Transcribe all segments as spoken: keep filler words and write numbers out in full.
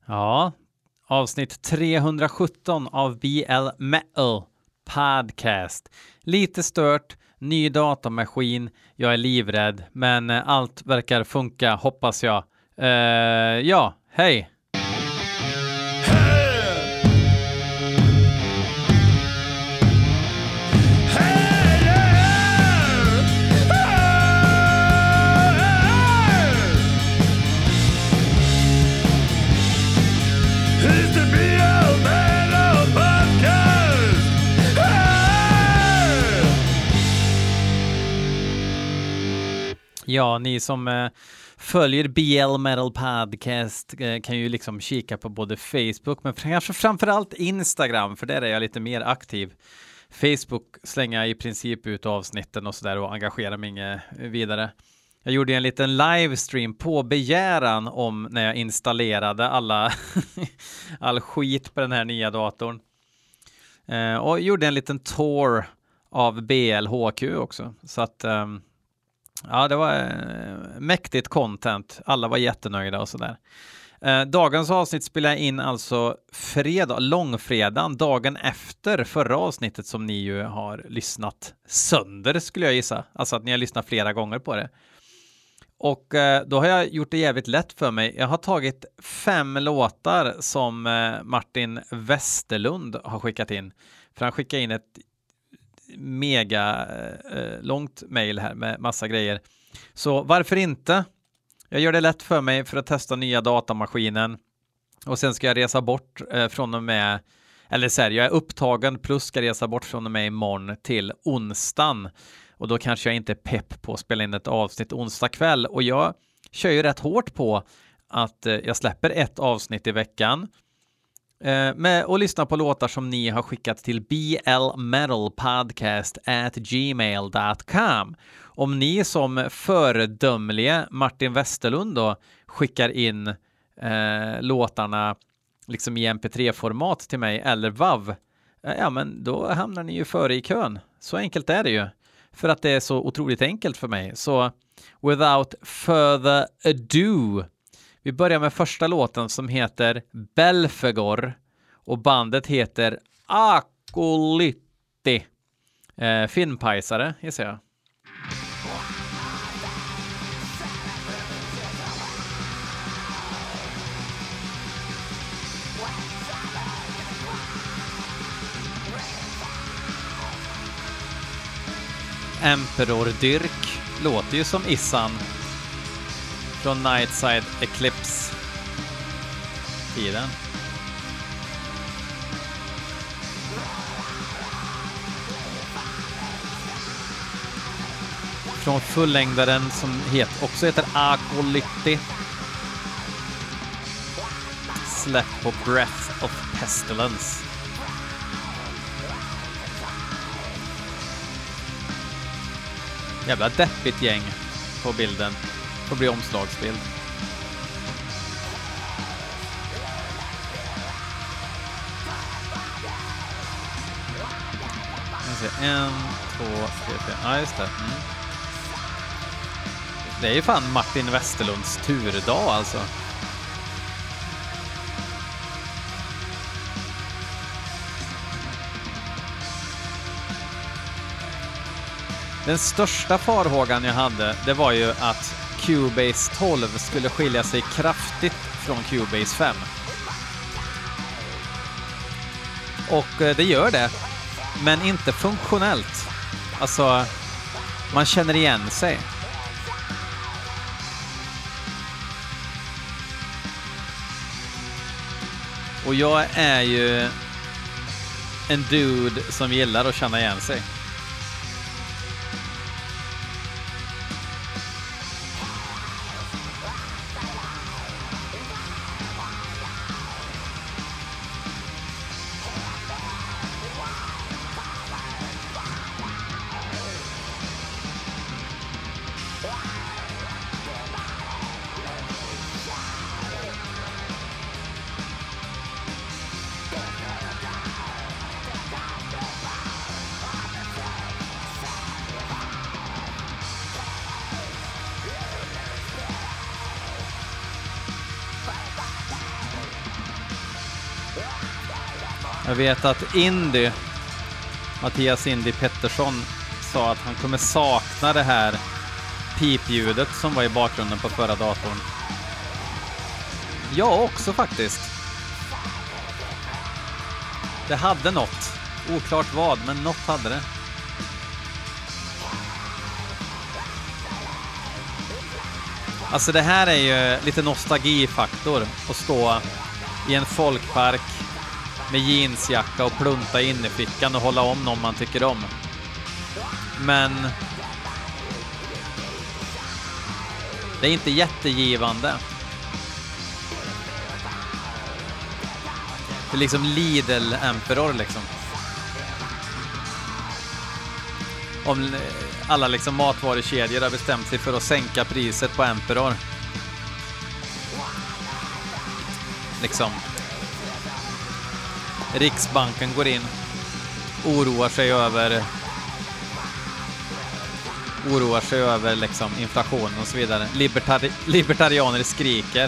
Ja, avsnitt trehundrasjutton av B L Metal Podcast. Lite stört, ny datamaskin, jag är livrädd, men allt verkar funka, hoppas jag. Uh, ja, hej! Ja, ni som eh, följer B L Metal Podcast eh, kan ju liksom kika på både Facebook men kanske framförallt Instagram, för där är jag lite mer aktiv. Facebook slänger jag i princip ut avsnitten och sådär och engagerar mig inget vidare. Jag gjorde en liten livestream på begäran om när jag installerade alla all skit på den här nya datorn. Eh, och gjorde en liten tour av B L H Q också. Så att... Eh, Ja, det var eh, mäktigt content. Alla var jättenöjda och sådär. Eh, dagens avsnitt spelar jag in alltså fredag, långfredagen, dagen efter förra avsnittet som ni ju har lyssnat sönder skulle jag gissa. Alltså att ni har lyssnat flera gånger på det. Och eh, då har jag gjort det jävligt lätt för mig. Jag har tagit fem låtar som eh, Martin Westerlund har skickat in. För han skickade in ett mega eh, långt mejl här med massa grejer. Så varför inte? Jag gör det lätt för mig för att testa nya datamaskinen. Och sen ska jag resa bort eh, från och med, eller så här, jag är upptagen plus ska resa bort från och med imorgon till onsdagen. Och då kanske jag inte är pepp på att spela in ett avsnitt onsdag kväll. Och jag kör ju rätt hårt på att eh, jag släpper ett avsnitt i veckan. Med och lyssna på låtar som ni har skickat till b l metal podcast at gmail dot com. Om ni som föredömliga Martin Westerlund då skickar in eh, låtarna liksom i M P tre-format till mig eller W A V, ja men då hamnar ni ju före i kön. Så enkelt är det ju. För att det är så otroligt enkelt för mig. Så without further ado, vi börjar med första låten som heter Belfegor och bandet heter Acolytti. Eh, Finnpajsare, gissar jag. Emperor Dyrk låter ju som Issan från Nightside Eclipse tiden. Från fullängdaren som het, också heter Acolytti. Släpp på Breath of Pestilence. Jävla deppigt gäng på bilden. Får bli omslagsbild. En, två, tre, tre. Ja, just det. Mm. Det är ju fan Martin Westerlunds turdag alltså. Den största farhågan jag hade, det var ju att Cubase tolv skulle skilja sig kraftigt från Cubase fem. Och det gör det. Men inte funktionellt. Alltså, man känner igen sig. Och jag är ju en dude som gillar att känna igen sig. Jag vet att Indy, Mattias Indy Pettersson, sa att han kommer sakna det här pipljudet som var i bakgrunden på förra datorn. Jag också faktiskt. Det hade något. Oklart vad, men något hade det. Alltså det här är ju lite nostalgifaktor att stå i en folkpark med jeansjacka och plunta i innerfickan och hålla om någon man tycker om. Men det är inte jättegivande. Det är liksom Lidl-Emperor liksom. Om alla liksom matvarukedjor har bestämt sig för att sänka priset på Emperor. Liksom. Riksbanken går in, oroar sig över oroar sig över liksom inflationen och så vidare. Libertari- libertarianer skriker.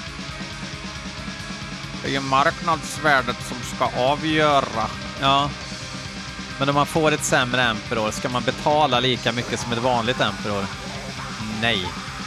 Det är ju marknadsvärdet som ska avgöra. Ja. Men om man får ett sämre Emperor, ska man betala lika mycket som ett vanligt Emperor? Nej.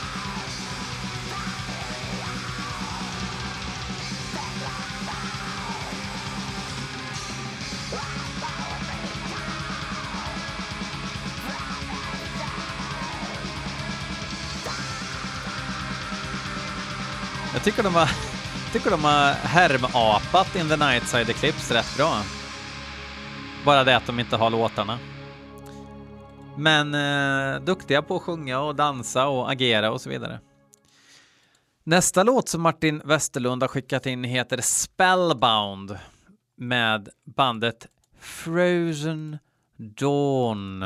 Jag tycker de har, tycker de har härmapat In the Nightside Eclipse rätt bra. Bara det att de inte har låtarna. Men eh, duktiga på att sjunga och dansa och agera och så vidare. Nästa låt som Martin Westerlund har skickat in heter Spellbound med bandet Frozen Dawn.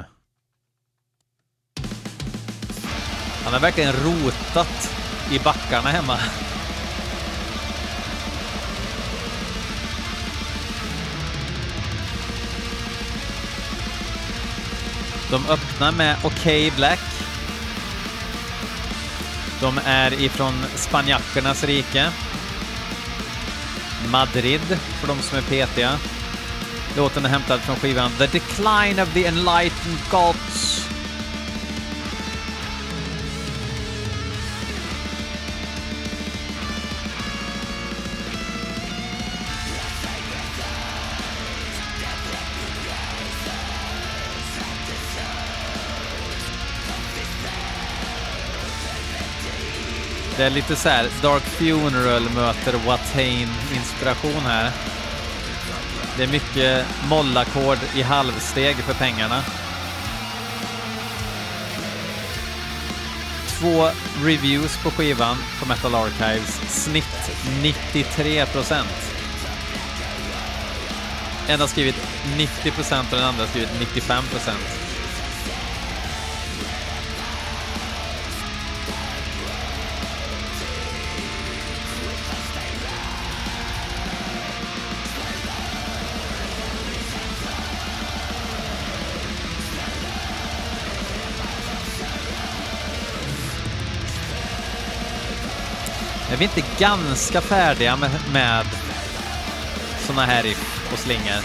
Han har verkligen rotat i backarna hemma. De öppnar med OK Black. De är ifrån spanjackernas rike. Madrid, för de som är petiga. Låten är hämtad från skivan The Decline of the Enlightened Gods. Det är lite så här Dark Funeral möter Watain inspiration här. Det är mycket mollackord i halvsteg för pengarna. Två reviews på skivan på Metal Archives. Snitt nittiotre procent. En har skrivit nittio procent och den andra har skrivit nittiofem procent. Är vi inte ganska färdiga med, med såna här riff och slingor?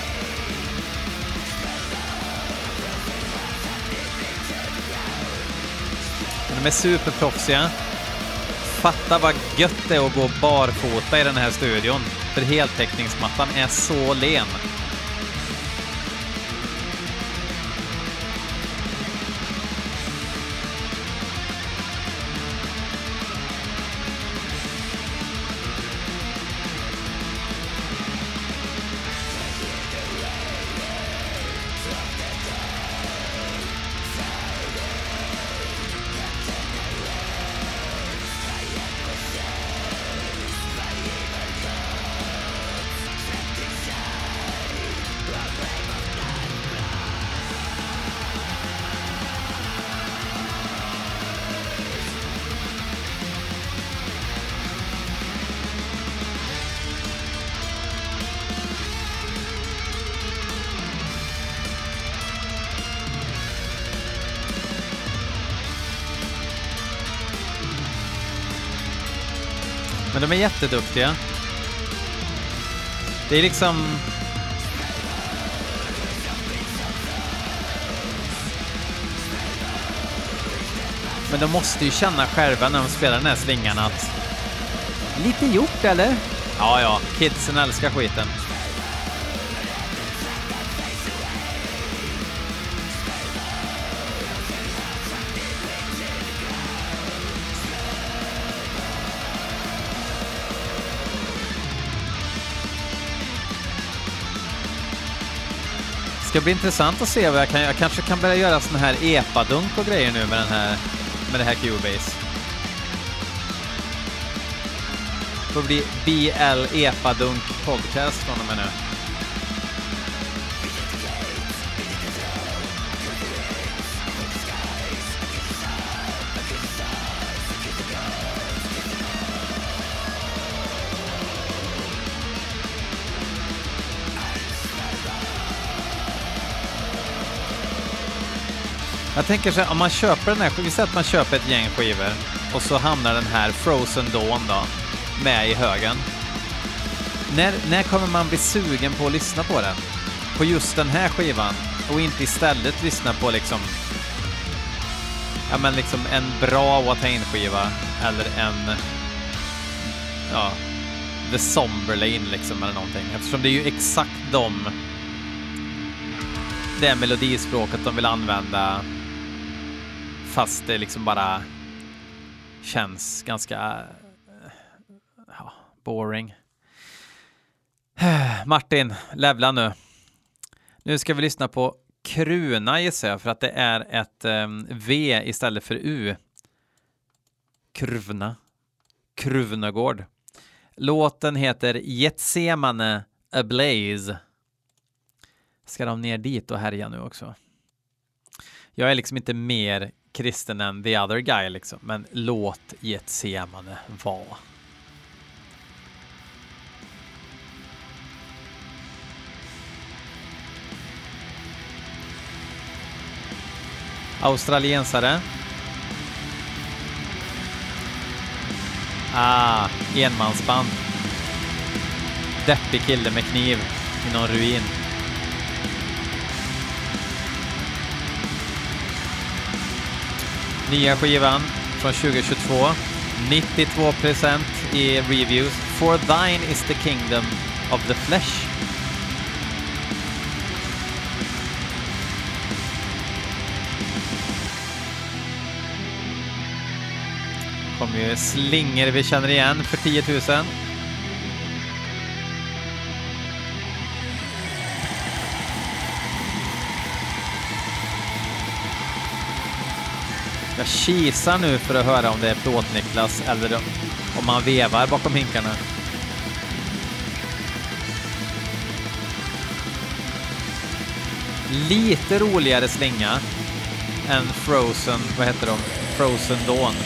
De är superproffsiga. Fatta vad gött det är att gå barfota i den här studion. För heltäckningsmattan är så len. Men de är jätteduktiga. Det är liksom Men de måste ju känna själva när de spelar den här slingan att lite gjort, eller? Ja, ja. Kidsen älskar skiten. Det ska bli intressant att se vad jag kan Jag kanske kan börja göra sån här epadunk och grejer nu med den här med det här Cubase. Det får bli B L epadunk podcast från och med nu. Jag tänker så här, om man köper den här, vi säger att man köper ett gäng skivor och så hamnar den här Frozen Dawn då med i högen. När, när kommer man bli sugen på att lyssna på den? På just den här skivan och inte istället lyssna på liksom ja men liksom en bra Watain-skiva eller en ja The Somberlane liksom eller någonting. Eftersom det är ju exakt de det melodispråket de vill använda. Fast det liksom bara känns ganska ja, boring. Martin, levla nu. Nu ska vi lyssna på Kruna gissar jag, för att det är ett um, V istället för U. Kruvna. Kruvnagård. Låten heter Getsemane Ablaze. Ska de ner dit och härja nu också? Jag är liksom inte mer kristen än the other guy liksom, men låt Getsemane vara. Australiensare. Ah, enmansband. Deppig kille med kniv i någon ruin. Nya skivan från tjugohundratjugotvå. nittiotvå procent i reviews. For thine is the kingdom of the flesh. Kommer ju slinger vi känner igen för tio tusen. Jag kisar nu för att höra om det är Plåt-Niklas eller om man vevar bakom hinkarna. Lite roligare slinga än Frozen, vad heter de? Frozen Dawn.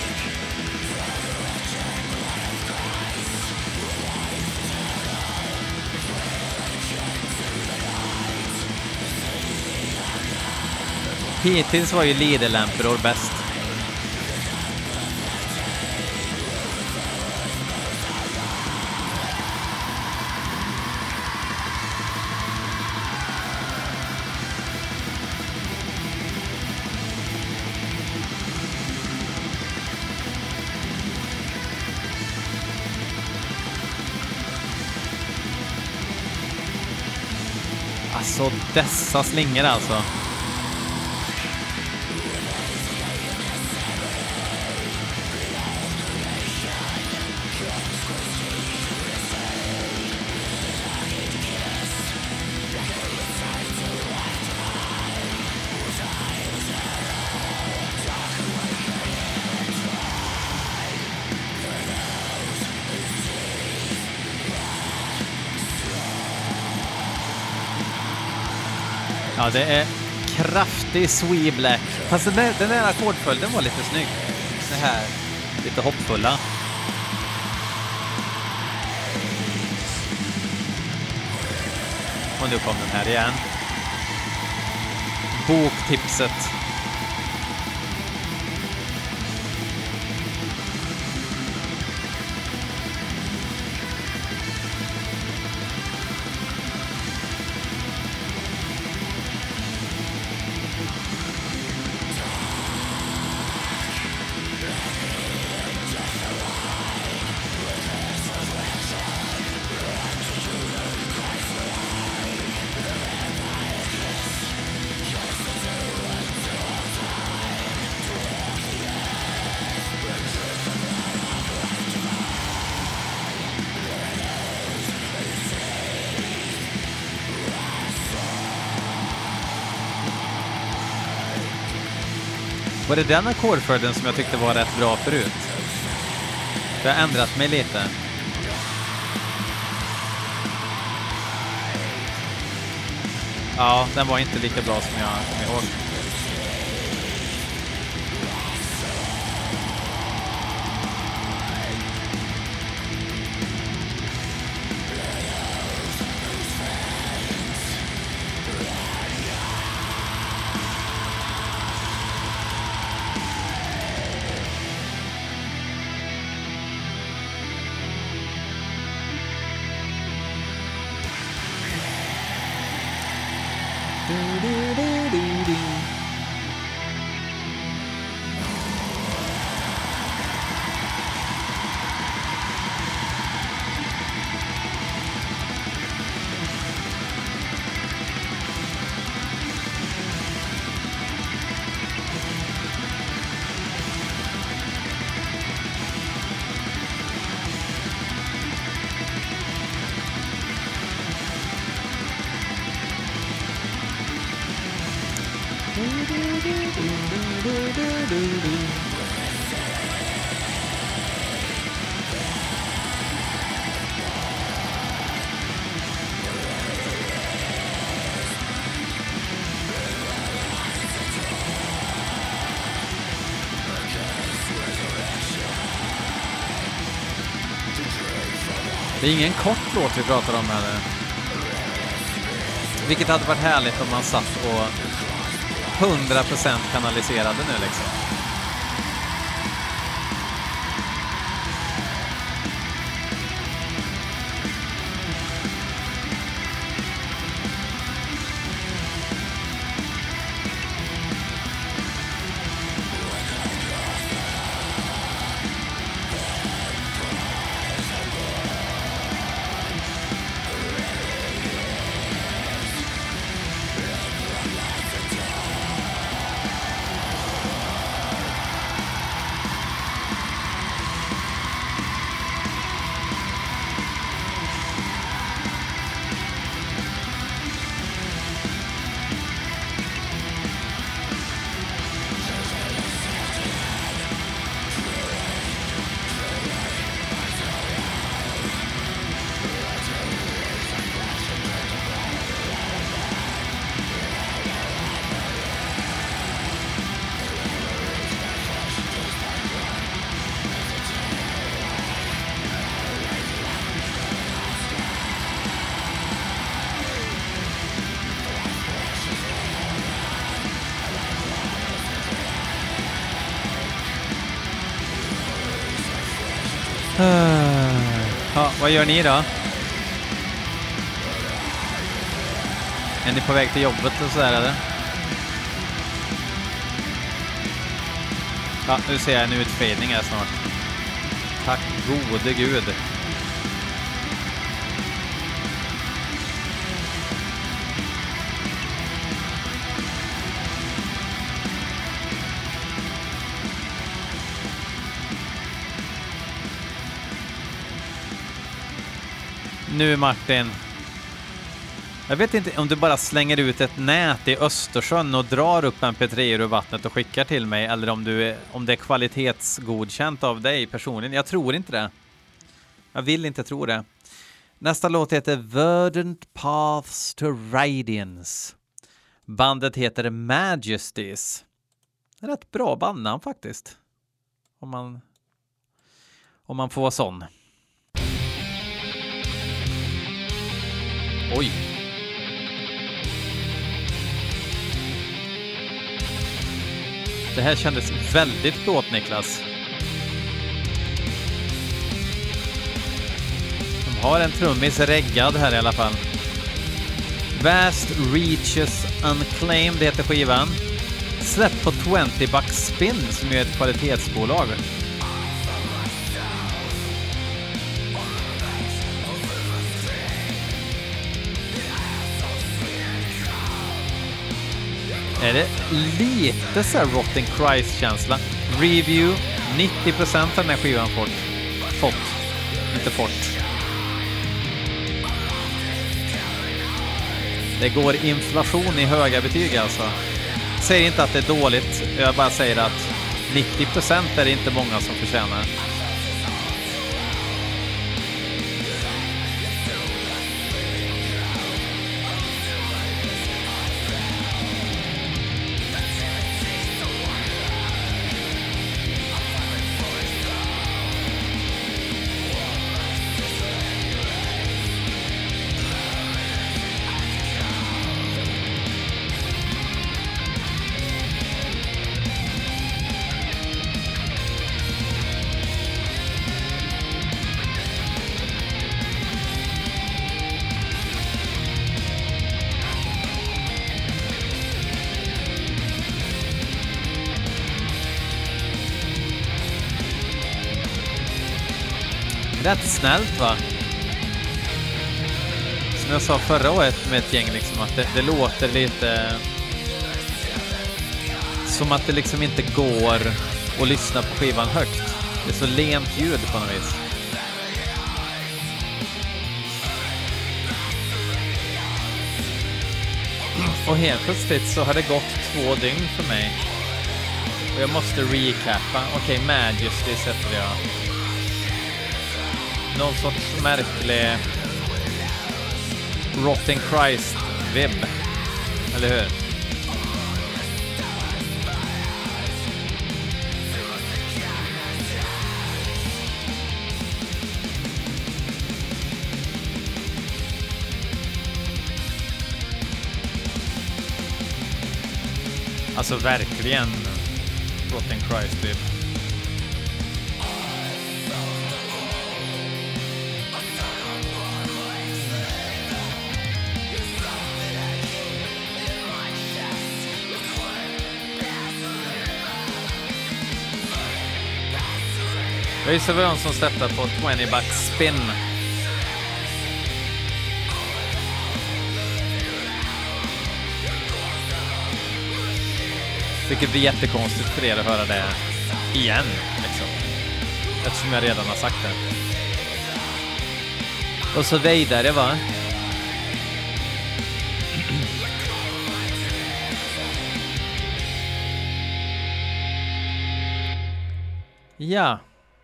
Hittills var ju Lidl-Emperor bäst. Alltså dessa slingor alltså. Ja, det är kraftig Swee Black. Fast den där, den där ackordföljden var lite snygg. Det här lite hoppfulla. Och nu kom den här igen. Boktipset. Var det den ackordföljden som jag tyckte var rätt bra förut? Jag har ändrat mig lite. Ja, den var inte lika bra som jag kom ihåg. Det är ingen kort låt vi pratar om här. Vilket hade varit härligt om man satt och hundra procent kanaliserade nu liksom. Ja, vad gör ni då? Är ni på väg till jobbet och sådär eller? Ja, nu ser jag en utfadning här snart. Tack gode gud. Nu Martin, jag vet inte om du bara slänger ut ett nät i Östersjön och drar upp en P tre ur vattnet och skickar till mig, eller om, du, om det är kvalitetsgodkänt av dig personligen. Jag tror inte det. Jag vill inte tro det. Nästa låt heter Verdant Paths to Radiance. Bandet heter Majesties. Rätt bra bandnamn faktiskt. Om man, om man får vara sån. Oj. Det här kändes väldigt plåt, Niklas. De har en trummis reggad här i alla fall. Vast Reaches Unclaimed heter skivan. Släpp på twenty Bucks Spin som är ett kvalitetsbolag. Är det lite så här Rotten Christ-känsla? Review, nittio procent av den här skivan fått. Fått. Inte fått. Det går inflation i höga betyg alltså. säger inte att det är dåligt. Jag bara säger att nittio procent är det inte många som förtjänar. Rätt snällt, va? Som jag sa förra året med ett gäng liksom, att det, det låter lite som att det liksom inte går att lyssna på skivan högt. Det är så lent ljud på något vis. Och helt plötsligt så har det gått två dygn för mig. Och jag måste recappa. Okej, okay, Majesty sätter jag. Någon sorts märklig Rotten Christ-vibb. Eller hur? Alltså verkligen Rotten Christ-vibb. Jag gissar det var någon som släppte på tjugo bucks spin. Vilket blir jättekonstigt för er att höra det igen, liksom. Eftersom jag redan har sagt det. Och så vidare, va? Ja.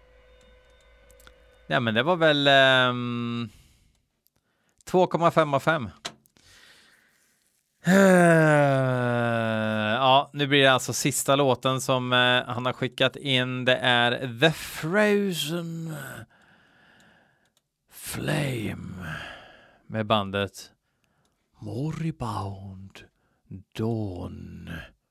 Ja, men det var väl um, två komma fem av fem. Uh, ja, nu blir det alltså sista låten som uh, han har skickat in. Det är The Frozen Flame med bandet Moribund Dawn.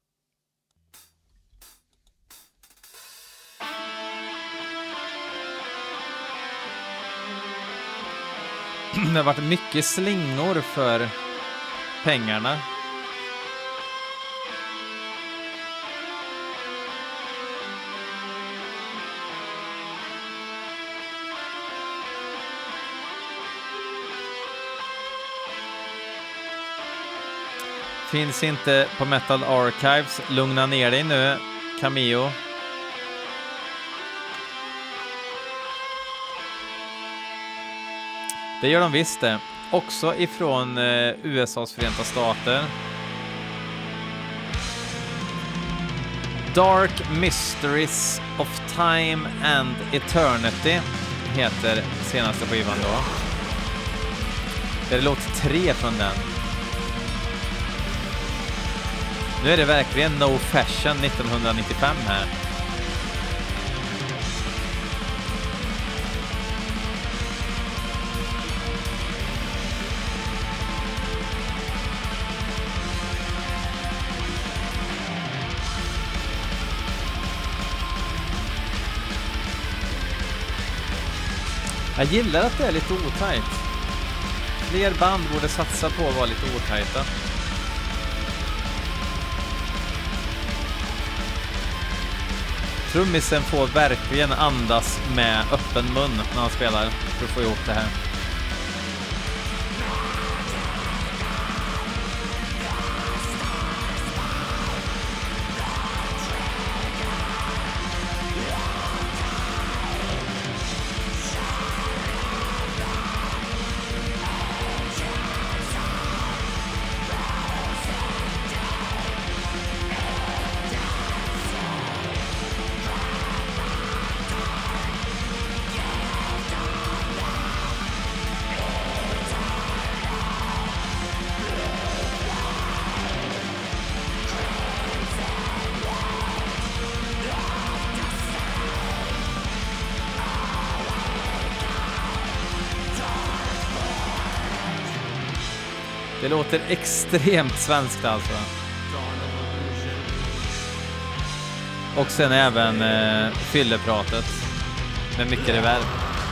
Det har varit mycket slingor för pengarna. Finns inte på Metal Archives. Lugna ner dig nu, Cameo. Det gör de visst det. Också ifrån eh, U S A:s Förenta Stater. Dark Mysteries of Time and Eternity heter senaste skivan då. Det är låt tre från den. Nu är det verkligen No Fashion nittonhundranittiofem här. Jag gillar att det är lite otajt. Fler band borde satsa på att vara lite otajta. Trummisen får verkligen andas med öppen mun när han spelar för att få ihop det här. Det låter extremt svenskt alltså. Och sen även eh, fyllepratet med mycket reverb.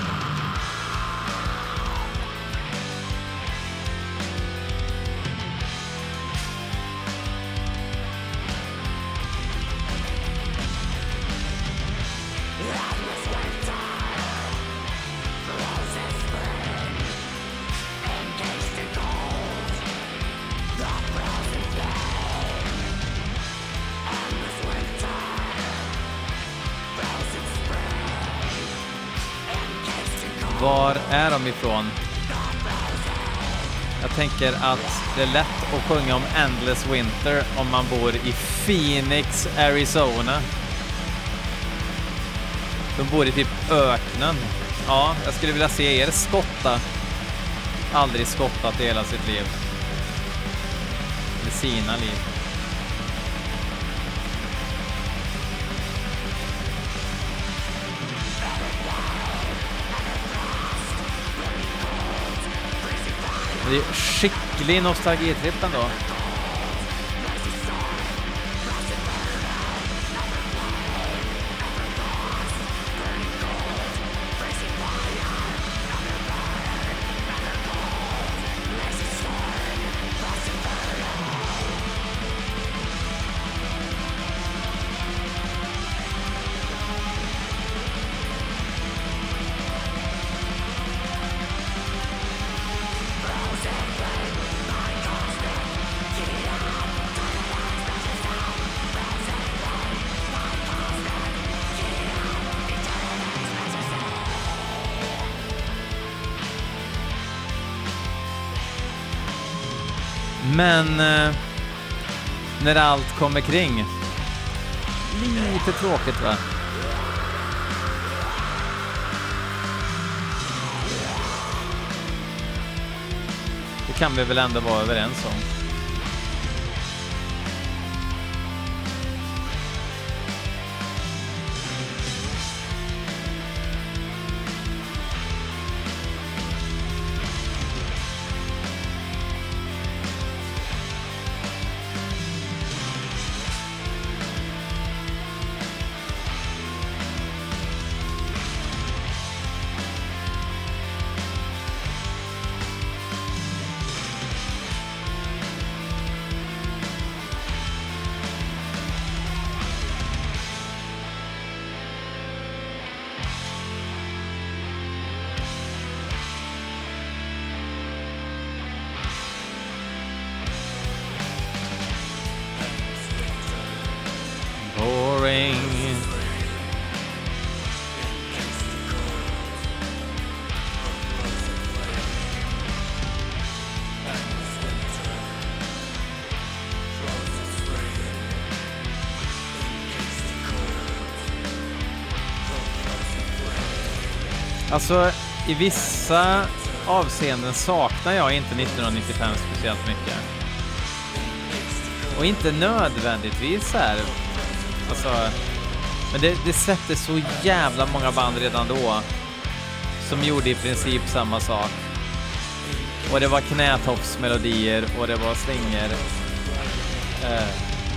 Var är de ifrån? Jag tänker att det är lätt att sjunga om Endless Winter om man bor i Phoenix, Arizona. De bor i typ öknen. Ja, jag skulle vilja se er skotta. Aldrig skottat i hela sitt liv. Eller sina liv. Det är skicklig nostalgitripp ändå. Men eh, när allt kommer kring, lite tråkigt va? Det kan vi väl ändå vara överens om. Boring. Alltså, i vissa avseenden saknar jag inte nittonhundranittiofem speciellt mycket. Och inte nödvändigtvis här. Alltså, men det, det sätter så jävla många band redan då som gjorde i princip samma sak. Och det var knätoppsmelodier och det var slinger. Eh.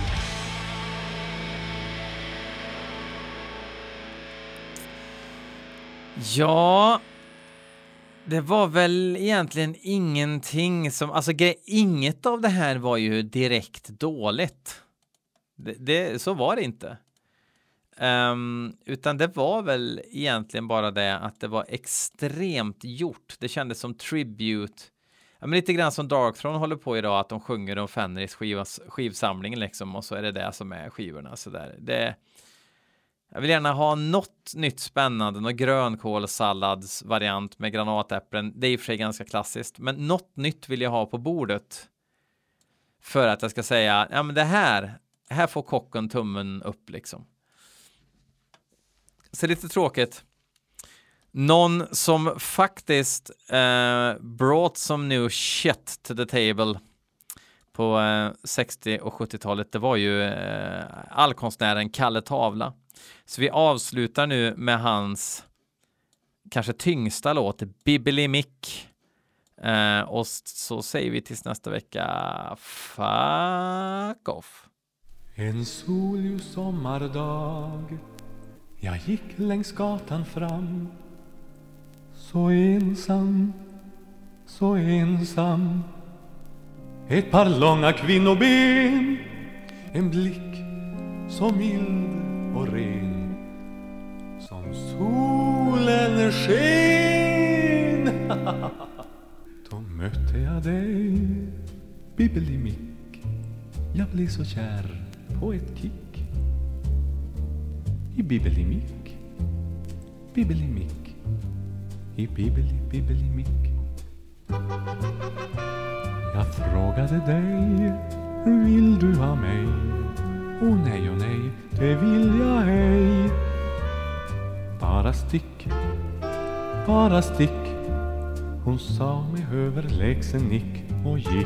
Ja, det var väl egentligen ingenting som, alltså inget av det här var ju direkt dåligt. Det, det, så var det inte. Um, utan det var väl egentligen bara det att det var extremt gjort. Det kändes som tribute. Ja, men lite grann som Darkthrone håller på idag, att de sjunger om Fenris skivas, skivsamling liksom, och så är det det som är skivorna. Så där. Det, jag vill gärna ha något nytt spännande, någon grönkålsalladsvariant med granatäpplen. Det är i och för sig ganska klassiskt, men något nytt vill jag ha på bordet för att jag ska säga, ja men det här här får kocken tummen upp liksom. Så lite tråkigt. Någon som faktiskt eh, brought some new shit to the table på eh, sextio- och sjuttiotalet, det var ju eh, allkonstnären Kalle Tavla. Så vi avslutar nu med hans kanske tyngsta låt, Bibbeli Mick. Eh, och så säger vi tills nästa vecka. Fuck off. En solljus sommardag, jag gick längs gatan fram. Så ensam, så ensam. Ett par långa kvinnoben, en blick så mild och ren, som solen sken. Då mötte jag dig, Bibbeli-Mick. Jag blev så kär på ett kick. I Bibbeli-Mick, Bibbeli-Mick, i Bibbeli-Bibbeli-Mick. Jag frågade dig, vill du ha mig? Åh nej, åh nej, det vill jag ej. Bara stick, bara stick. Hon sa med överlägsen nick och gick.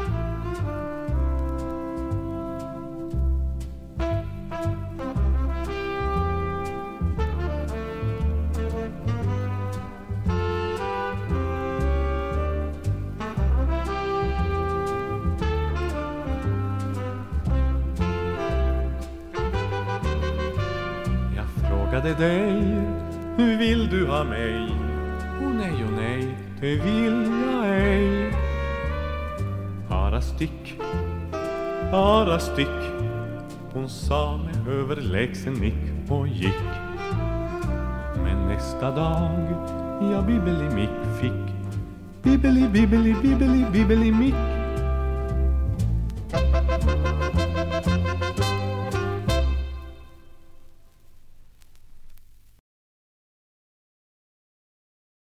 Dig, vill du ha mig? Åh nej, åh nej, det vill jag ej. Bara stick, bara stick. Hon sa med överlägsen nick och gick. Men nästa dag, jag Bibbeli-Mick fick Bibbeli, Bibbeli, Bibbeli, Bibbeli-Mick.